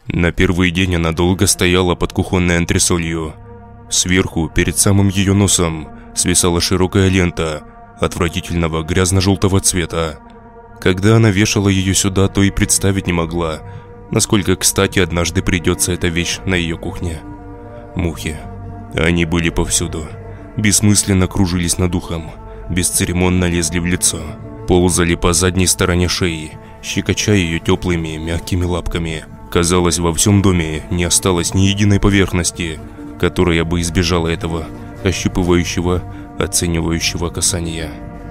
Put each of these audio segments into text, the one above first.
На первый день она долго стояла под кухонной антресолью. Сверху, перед самым ее носом, свисала широкая лента отвратительного грязно-желтого цвета. Когда она вешала ее сюда, то и представить не могла, насколько кстати однажды придется эта вещь на ее кухне. Мухи. Они были повсюду. Бессмысленно кружились над ухом, бесцеремонно лезли в лицо, ползали по задней стороне шеи, щекоча ее теплыми, мягкими лапками. Казалось, во всем доме не осталось ни единой поверхности, которая бы избежала этого ощупывающего, оценивающего касания.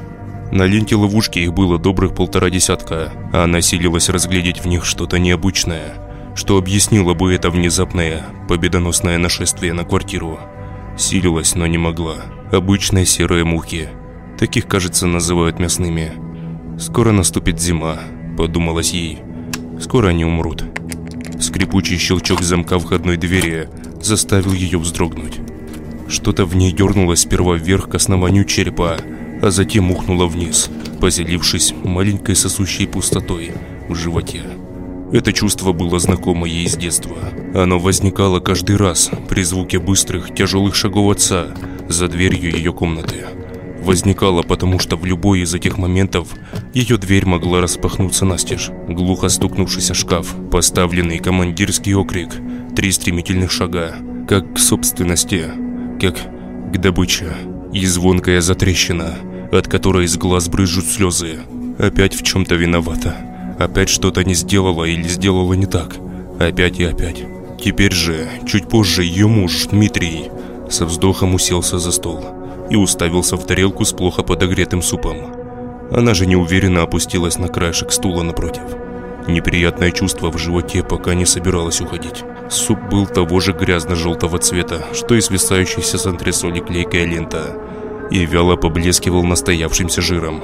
На ленте ловушки их было добрых 1,5 десятка, а она силилась разглядеть в них что-то необычное, что объяснило бы это внезапное, победоносное нашествие на квартиру. Силилась, но не могла. Обычные серые мухи. Таких, кажется, называют мясными. «Скоро наступит зима», — подумалось ей. «Скоро они умрут». Скрипучий щелчок замка входной двери заставил ее вздрогнуть. Что-то в ней дернулось сперва вверх к основанию черепа, а затем ухнуло вниз, поселившись маленькой сосущей пустотой в животе. Это чувство было знакомо ей с детства. Оно возникало каждый раз при звуке быстрых, тяжелых шагов отца за дверью ее комнаты. Возникало, потому что в любой из этих моментов ее дверь могла распахнуться настежь. Глухо стукнувшись о шкаф, поставленный командирский окрик, 3 стремительных шага, как к собственности, как к добыче, и звонкая затрещина, от которой из глаз брызжут слезы. Опять в чем-то виновата. Опять что-то не сделала или сделала не так. Опять и опять. Теперь же, чуть позже, ее муж, Дмитрий, со вздохом уселся за стол и уставился в тарелку с плохо подогретым супом. Она же неуверенно опустилась на краешек стула напротив. Неприятное чувство в животе пока не собиралось уходить. Суп был того же грязно-желтого цвета, что и свисающаяся с антресоли клейкая лента, и вяло поблескивал настоявшимся жиром.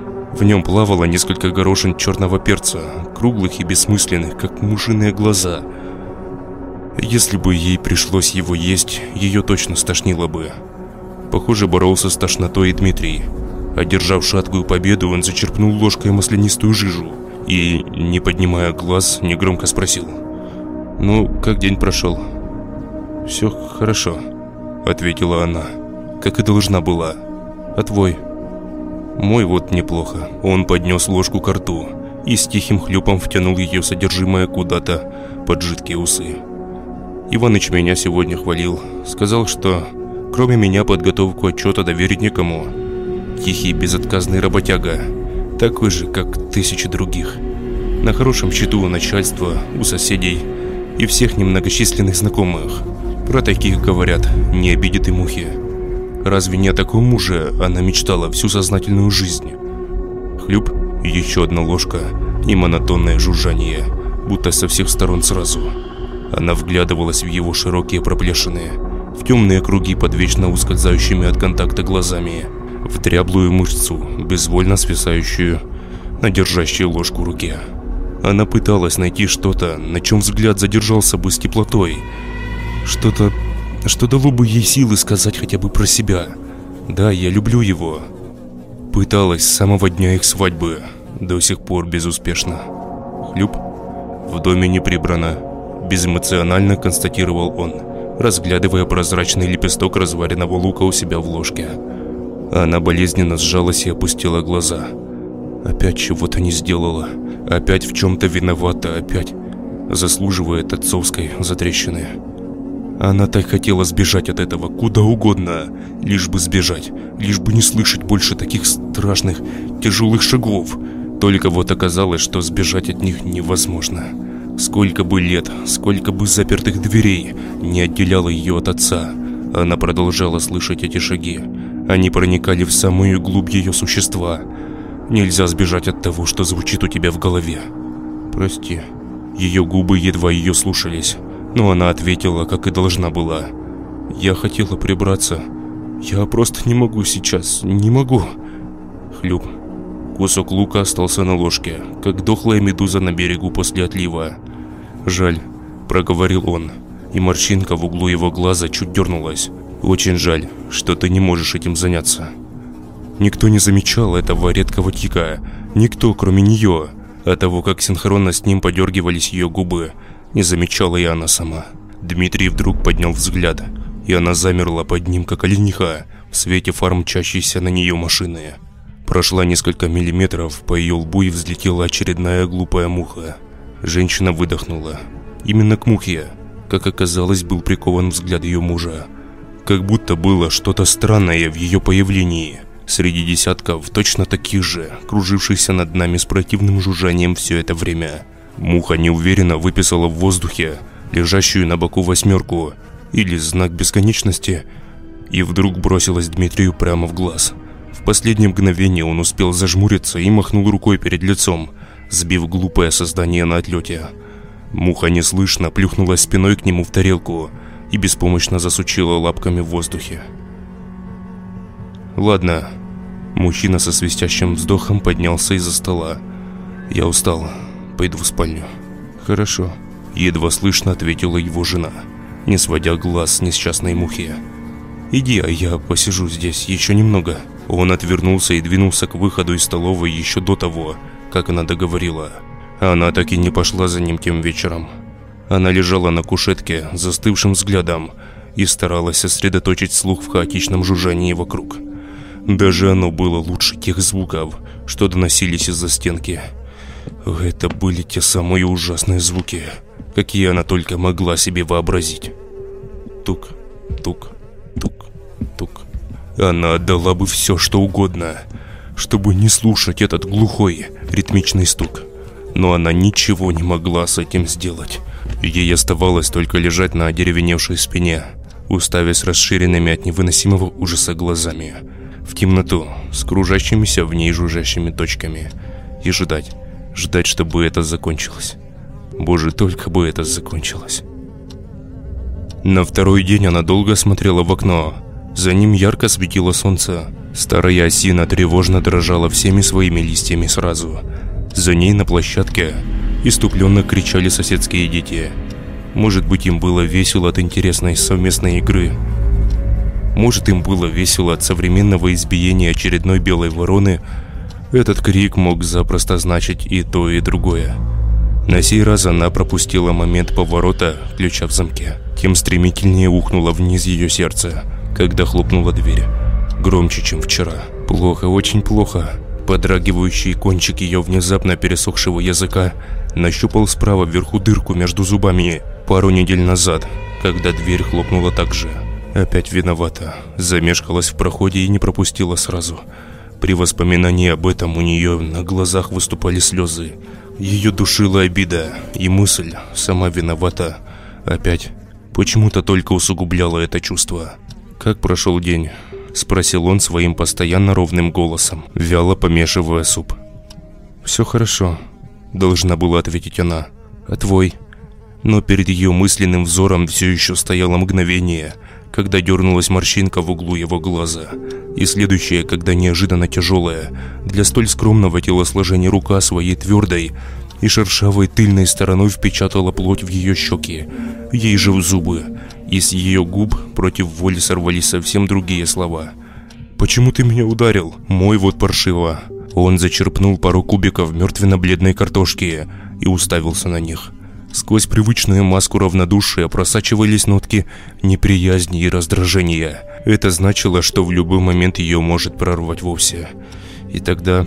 В нем плавало несколько горошин черного перца, круглых и бессмысленных, как мушиные глаза. Если бы ей пришлось его есть, ее точно стошнило бы. Похоже, боролся с тошнотой и Дмитрий. Одержав шаткую победу, он зачерпнул ложкой маслянистую жижу и, не поднимая глаз, негромко спросил: «Ну, как день прошел?» «Все хорошо», — ответила она, как и должна была. «А твой?» «Мой вот неплохо». Он поднес ложку ко рту и с тихим хлюпом втянул ее содержимое куда-то под жидкие усы. «Иваныч меня сегодня хвалил. Сказал, что кроме меня подготовку отчета доверить никому. Тихий, безотказный работяга, такой же, как 1000 других. На хорошем счету у начальства, у соседей и всех немногочисленных знакомых. Про таких говорят, не обидит и мухи. Разве не о таком муже она мечтала всю сознательную жизнь?» Хлюп, еще одна ложка и монотонное жужжание, будто со всех сторон сразу. Она вглядывалась в его широкие проплешины, в темные круги под вечно ускользающими от контакта глазами, в дряблую мышцу, безвольно свисающую на держащей ложку руке. Она пыталась найти что-то, на чем взгляд задержался бы с теплотой. Что-то, что дало бы ей силы сказать хотя бы про себя: «Да, я люблю его». Пыталась с самого дня их свадьбы, до сих пор безуспешно. Хлюп. В доме не прибрано, безэмоционально констатировал он, разглядывая прозрачный лепесток разваренного лука у себя в ложке. Она болезненно сжалась и опустила глаза. Опять чего-то не сделала, опять в чем-то виновата, опять заслуживает отцовской затрещины. Она так хотела сбежать от этого, куда угодно, лишь бы сбежать, лишь бы не слышать больше таких страшных, тяжелых шагов. Только вот оказалось, что сбежать от них невозможно. Сколько бы лет, сколько бы запертых дверей не отделяло ее от отца, она продолжала слышать эти шаги. Они проникали в самую глубь ее существа. Нельзя сбежать от того, что звучит у тебя в голове. «Прости». Ее губы едва ее слушались, но она ответила, как и должна была. «Я хотела прибраться. Я просто не могу сейчас, не могу». Хлюп. Кусок лука остался на ложке, как дохлая медуза на берегу после отлива. «Жаль», — проговорил он, и морщинка в углу его глаза чуть дернулась. «Очень жаль, что ты не можешь этим заняться». Никто не замечал этого редкого тика, никто, кроме нее, от того, как синхронно с ним подергивались ее губы, Не замечала и она сама. Дмитрий вдруг поднял взгляд, и она замерла под ним, как олениха, в свете фар мчащейся на нее машины. Прошла несколько миллиметров, по ее лбу и взлетела очередная глупая муха. Женщина выдохнула. Именно к мухе, как оказалось, был прикован взгляд ее мужа. Как будто было что-то странное в ее появлении. Среди десятков точно таких же, кружившихся над нами с противным жужжанием все это время. Муха неуверенно выписала в воздухе лежащую на боку восьмерку или знак бесконечности и вдруг бросилась Дмитрию прямо в глаз. В последнее мгновение он успел зажмуриться и махнул рукой перед лицом, сбив глупое создание на отлете. Муха неслышно плюхнулась спиной к нему в тарелку и беспомощно засучила лапками в воздухе. «Ладно». Мужчина со свистящим вздохом поднялся из-за стола. «Я устал. Пойду в спальню». «Хорошо», — едва слышно ответила его жена, не сводя глаз с несчастной мухи. «Иди, а я посижу здесь еще немного». Он отвернулся и двинулся к выходу из столовой еще до того, как она договорила. Она так и не пошла за ним тем вечером. Она лежала на кушетке с застывшим взглядом и старалась сосредоточить слух в хаотичном жужжании вокруг. Даже оно было лучше тех звуков, что доносились из-за стенки. Это были те самые ужасные звуки, какие она только могла себе вообразить. Тук, тук, тук, тук. Она отдала бы все, что угодно, чтобы не слушать этот глухой, ритмичный стук. Но она ничего не могла с этим сделать. Ей оставалось только лежать на одеревеневшей спине, уставясь расширенными от невыносимого ужаса глазами в темноту с кружащимися в ней жужжащими точками и ждать, чтобы это закончилось. Боже, только бы это закончилось. На второй день она долго смотрела в окно. За ним ярко светило солнце. Старая осина тревожно дрожала всеми своими листьями сразу. За ней на площадке иступленно кричали соседские дети. Может быть, им было весело от интересной совместной игры. Может, им было весело от современного избиения очередной белой вороны. Этот крик мог запросто значить и то, и другое. На сей раз она пропустила момент поворота ключа в замке. Тем стремительнее ухнуло вниз ее сердце, когда хлопнула дверь. Громче, чем вчера. Плохо, очень плохо. Подрагивающий кончик ее внезапно пересохшего языка нащупал справа вверху дырку между зубами пару недель назад, когда дверь хлопнула так же. Опять виновата. Замешкалась в проходе и не пропустила сразу. При воспоминании об этом у нее на глазах выступали слезы. Ее душила обида, и мысль, сама виновата, опять почему-то только усугубляла это чувство. «Как прошел день?» – спросил он своим постоянно ровным голосом, вяло помешивая суп. «Все хорошо», – должна была ответить она. «А твой?» Но перед ее мысленным взором все еще стояло мгновение, когда дернулась морщинка в углу его глаза, и следующее, когда неожиданно тяжелая, для столь скромного телосложения рука своей твердой и шершавой тыльной стороной впечатала плоть в ее щеки, ей же в зубы, и с ее губ против воли сорвались совсем другие слова. «Почему ты меня ударил? Мой вот паршиво!» Он зачерпнул пару кубиков мертвенно-бледной картошки и уставился на них. Сквозь привычную маску равнодушия просачивались нотки неприязни и раздражения. Это значило, что в любой момент ее может прорвать вовсе. И тогда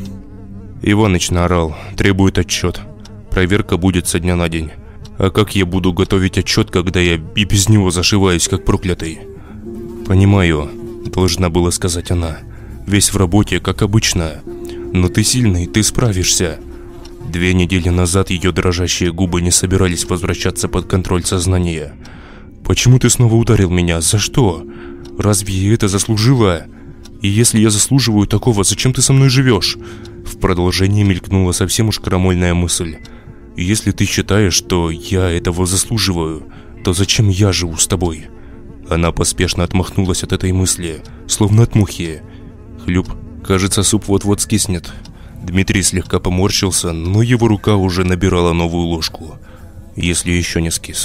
Иваныч наорал, требует отчет. Проверка будет со дня на день. А как я буду готовить отчет, когда я и без него зашиваюсь, как проклятый? «Понимаю», — должна была сказать она. «Весь в работе, как обычно. Но ты сильный, ты справишься». 2 недели назад ее дрожащие губы не собирались возвращаться под контроль сознания. «Почему ты снова ударил меня? За что? Разве я это заслужила? И если я заслуживаю такого, зачем ты со мной живешь?» В продолжении мелькнула совсем уж крамольная мысль. «Если ты считаешь, что я этого заслуживаю, то зачем я живу с тобой?» Она поспешно отмахнулась от этой мысли, словно от мухи. Хлюп, кажется, суп вот-вот скиснет. Дмитрий слегка поморщился, но его рука уже набирала новую ложку, если еще не скис.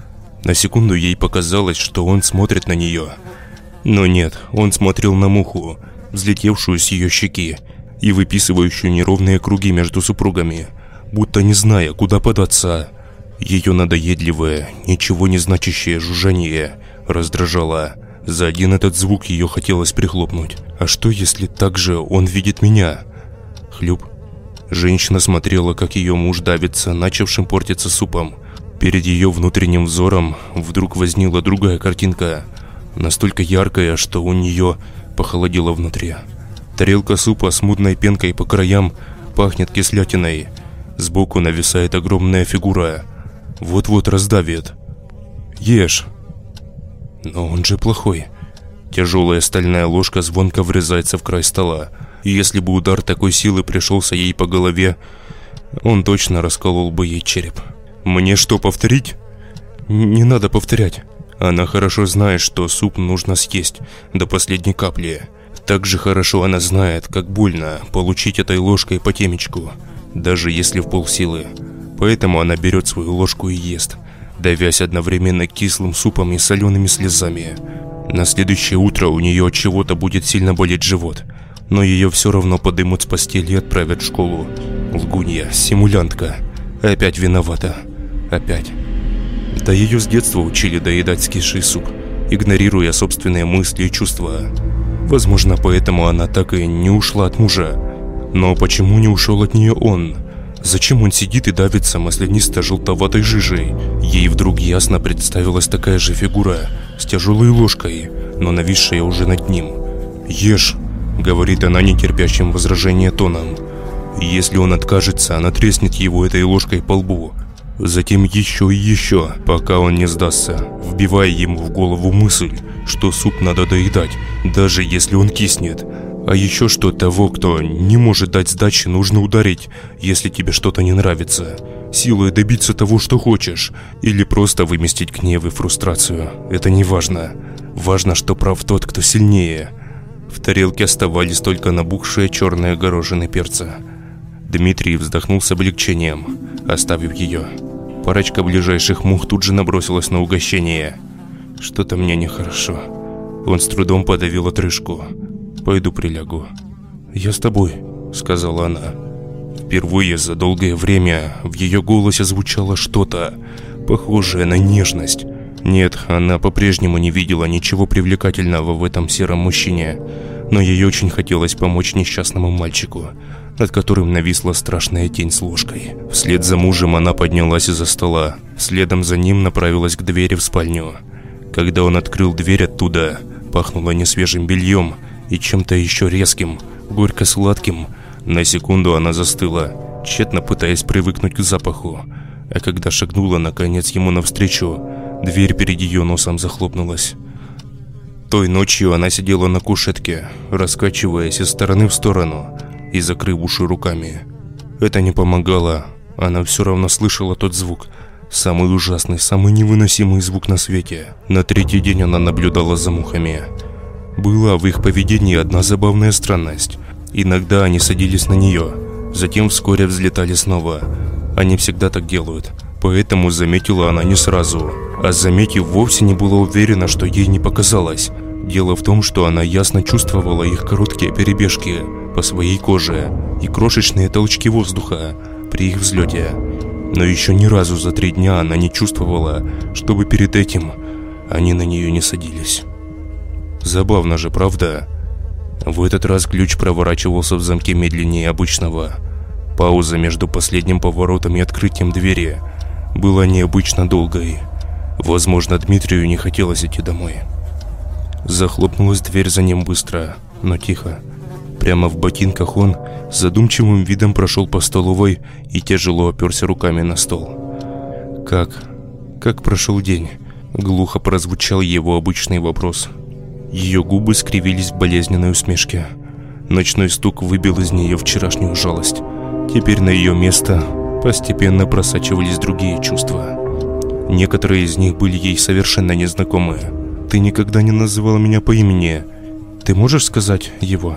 На секунду ей показалось, что он смотрит на нее. Но нет, он смотрел на муху, взлетевшую с ее щеки и выписывающую неровные круги между супругами, будто не зная, куда податься. Ее надоедливое, ничего не значащее жужжание раздражало. За один этот звук ее хотелось прихлопнуть. А что, если также он видит меня? Хлюп. Женщина смотрела, как ее муж давится начавшим портиться супом. Перед ее внутренним взором вдруг возникла другая картинка, настолько яркая, что у нее похолодело внутри. Тарелка супа с мутной пенкой по краям пахнет кислятиной. Сбоку нависает огромная фигура. Вот-вот раздавит. Ешь. Но он же плохой. Тяжелая стальная ложка звонко врезается в край стола. И если бы удар такой силы пришелся ей по голове, он точно расколол бы ей череп. Мне что, повторить? Не надо повторять. Она хорошо знает, что суп нужно съесть до последней капли. Так же хорошо она знает, как больно получить этой ложкой по темечку, даже если в полсилы. Поэтому она берет свою ложку и ест, давясь одновременно кислым супом и солеными слезами. На следующее утро у нее от чего-то будет сильно болеть живот, но ее все равно подымут с постели и отправят в школу. Лгунья, симулянтка. Опять виновата. Опять. Да ее с детства учили доедать скисший суп, игнорируя собственные мысли и чувства. Возможно, поэтому она так и не ушла от мужа. Но почему не ушел от нее он? Зачем он сидит и давится маслянисто-желтоватой жижей? Ей вдруг ясно представилась такая же фигура с тяжелой ложкой, но нависшая уже над ним. «Ешь», — говорит она нетерпящим возражения тоном. Если он откажется, она треснет его этой ложкой по лбу. Затем еще и еще, пока он не сдастся, вбивая ему в голову мысль, что суп надо доедать, даже если он киснет. А еще что того, кто не может дать сдачи, нужно ударить, если тебе что-то не нравится. Силой добиться того, что хочешь, или просто выместить гнев и фрустрацию. Это не важно. Важно, что прав тот, кто сильнее. В тарелке оставались только набухшие черные горошины перца. Дмитрий вздохнул с облегчением, оставив ее. Парочка ближайших мух тут же набросилась на угощение. Что-то мне нехорошо. Он с трудом подавил отрыжку. «Пойду прилягу». «Я с тобой», — сказала она. Впервые за долгое время в ее голосе звучало что-то, похожее на нежность. Нет, она по-прежнему не видела ничего привлекательного в этом сером мужчине, но ей очень хотелось помочь несчастному мальчику, над которым нависла страшная тень с ложкой. Вслед за мужем она поднялась из-за стола, следом за ним направилась к двери в спальню. Когда он открыл дверь оттуда, пахнуло несвежим бельем и чем-то еще резким, горько-сладким. На секунду она застыла, тщетно пытаясь привыкнуть к запаху. А когда шагнула наконец ему навстречу, дверь перед ее носом захлопнулась. Той ночью она сидела на кушетке, раскачиваясь из стороны в сторону и закрыв уши руками. Это не помогало, она все равно слышала тот звук. Самый ужасный, самый невыносимый звук на свете. На третий день она наблюдала за мухами. Была в их поведении одна забавная странность. Иногда они садились на нее, затем вскоре взлетали снова. Они всегда так делают, поэтому заметила она не сразу. А заметив, вовсе не была уверена, что ей не показалось. Дело в том, что она ясно чувствовала их короткие перебежки по своей коже и крошечные толчки воздуха при их взлете. Но еще ни разу за 3 дня она не чувствовала, чтобы перед этим они на нее не садились. Забавно же, правда? В этот раз ключ проворачивался в замке медленнее обычного. Пауза между последним поворотом и открытием двери была необычно долгой. Возможно, Дмитрию не хотелось идти домой. Захлопнулась дверь за ним быстро, но тихо. Прямо в ботинках он с задумчивым видом прошел по столовой и тяжело оперся руками на стол. Как прошел день?» — глухо прозвучал его обычный вопрос. Ее губы скривились в болезненной усмешке. Ночной стук выбил из нее вчерашнюю жалость. Теперь на ее место постепенно просачивались другие чувства. Некоторые из них были ей совершенно незнакомы. «Ты никогда не называла меня по имени. Ты можешь сказать его?»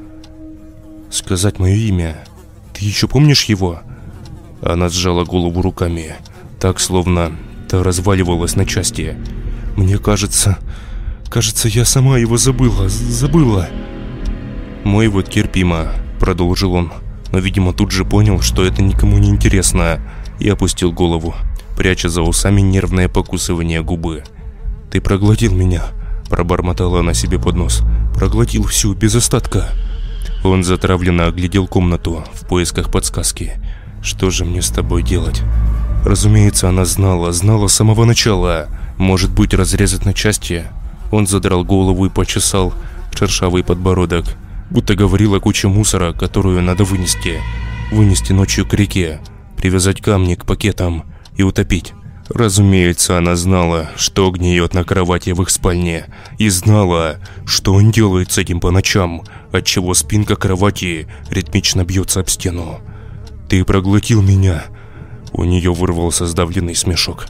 «Сказать мое имя? Ты еще помнишь его?» Она сжала голову руками, так, словно та разваливалась на части. «Мне кажется, я сама его забыла». «Мой вот терпимо», — продолжил он, но, видимо, тут же понял, что это никому не интересно, и опустил голову. пряча за усами нервное покусывание губы. «Ты проглотил меня», – пробормотала она себе под нос. «Проглотил всю, без остатка». Он затравленно оглядел комнату в поисках подсказки. «Что же мне с тобой делать?» Разумеется, она знала с самого начала. Может быть, разрезать на части? Он задрал голову и почесал шершавый подбородок, будто говорила куча мусора, которую надо вынести. Вынести ночью к реке, привязать камни к пакетам и утопить. Разумеется, она знала, что гниет на кровати в их спальне, и знала, что он делает с этим по ночам, отчего спинка кровати ритмично бьется об стену. «Ты проглотил меня!» У нее вырвался сдавленный смешок.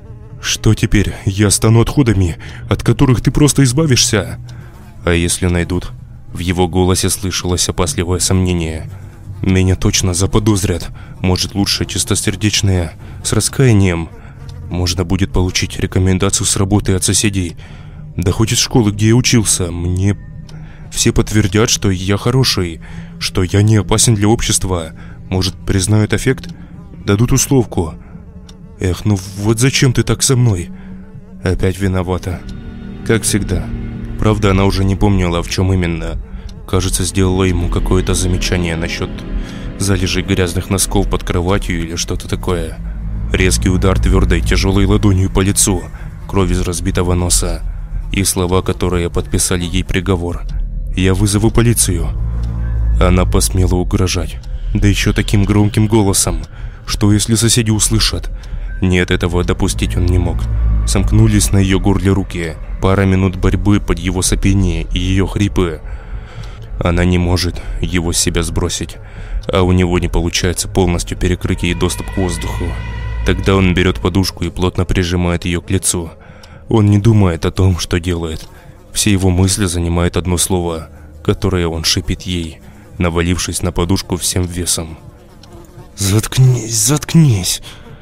«Что теперь? Я стану отходами, от которых ты просто избавишься?» «А если найдут?» В его голосе слышалось опасливое сомнение. «Меня точно заподозрят. Может, лучше чистосердечное, с раскаянием. Можно будет получить рекомендацию с работы от соседей. Да хоть из школы, где я учился. Мне все подтвердят, что я хороший, что я не опасен для общества. Может, признают аффект? Дадут условку. Эх, ну вот зачем ты так со мной?» Опять виновата. Как всегда. Правда, она уже не помнила, в чем именно. Кажется, сделала ему какое-то замечание насчет залежей грязных носков под кроватью или что-то такое. Резкий удар твердой, тяжелой ладонью по лицу, кровь из разбитого носа и слова, которые подписали ей приговор. «Я вызову полицию». Она посмела угрожать. Да еще таким громким голосом. Что если соседи услышат? Нет, этого допустить он не мог. Сомкнулись на ее горле руки. Пара минут борьбы под его сопение и ее хрипы. Она не может его с себя сбросить, а у него не получается полностью перекрыть ей доступ к воздуху. Тогда он берет подушку и плотно прижимает ее к лицу. Он не думает о том, что делает. Все его мысли занимают одно слово, которое он шипит ей, навалившись на подушку всем весом. «Заткнись, заткнись!»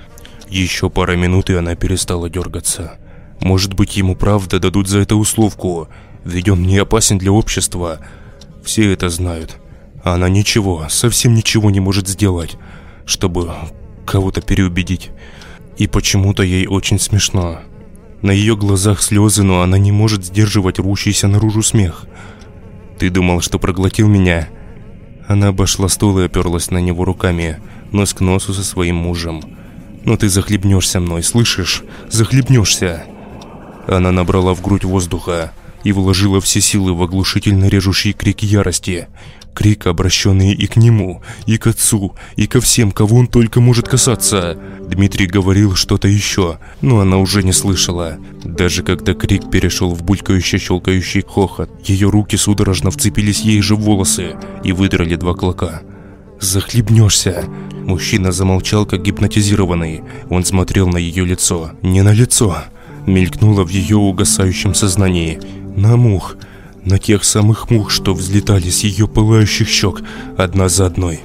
Еще пара минут, и она перестала дергаться. Может быть, ему правда дадут за это условку, ведь он не опасен для общества. Все это знают. А она ничего, совсем ничего не может сделать, чтобы кого-то переубедить. И почему-то ей очень смешно. На ее глазах слезы, но она не может сдерживать рвущийся наружу смех. «Ты думал, что проглотил меня?» Она обошла стол и оперлась на него руками, нос к носу со своим мужем. «Но ты захлебнешься мной, слышишь? Захлебнешься!» Она набрала в грудь воздуха и вложила все силы в оглушительно режущий крик ярости. Крик, обращенный и к нему, и к отцу, и ко всем, кого он только может касаться. Дмитрий говорил что-то еще, но она уже не слышала. Даже когда крик перешел в булькающий, щелкающий хохот, ее руки судорожно вцепились ей же в волосы и выдрали 2 клока. «Захлебнешься!» Мужчина замолчал, как гипнотизированный. Он смотрел на ее лицо. Не на лицо. Мелькнуло в ее угасающем сознании. На мух. На тех самых мух, что взлетали с ее пылающих щек одна за одной.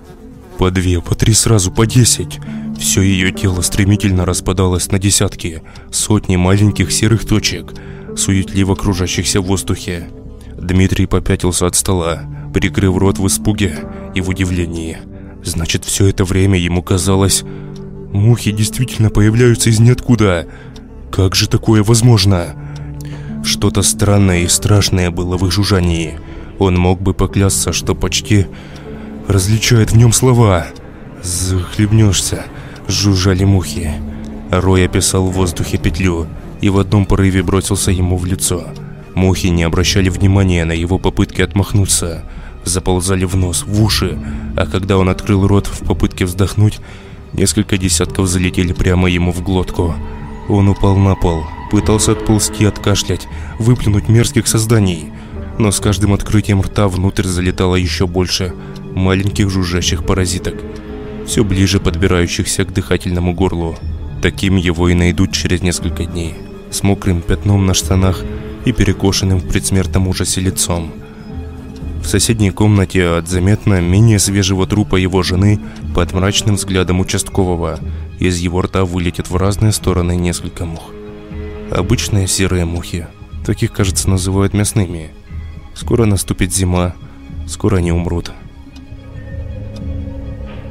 По 2, по 3 сразу, по 10. Все ее тело стремительно распадалось на десятки, сотни маленьких серых точек, суетливо кружащихся в воздухе. Дмитрий попятился от стола, прикрыв рот в испуге и в удивлении. Значит, все это время ему казалось, мухи действительно появляются из ниоткуда. Как же такое возможно? Что-то странное и страшное было в их жужжании. Он мог бы поклясться, что почти различает в нем слова. «Захлебнешься», — жужжали мухи. Рой описал в воздухе петлю и в одном порыве бросился ему в лицо. Мухи не обращали внимания на его попытки отмахнуться, заползали в нос, в уши, а когда он открыл рот в попытке вздохнуть, несколько десятков залетели прямо ему в глотку. Он упал на пол, пытался отползти, откашлять, выплюнуть мерзких созданий, но с каждым открытием рта внутрь залетало еще больше маленьких жужжащих паразиток, все ближе подбирающихся к дыхательному горлу. Таким его и найдут через несколько дней, с мокрым пятном на штанах и перекошенным в предсмертном ужасе лицом. В соседней комнате от заметно менее свежего трупа его жены под мрачным взглядом участкового из его рта вылетят в разные стороны несколько мух. Обычные серые мухи. Таких, кажется, называют мясными. Скоро наступит зима, скоро они умрут.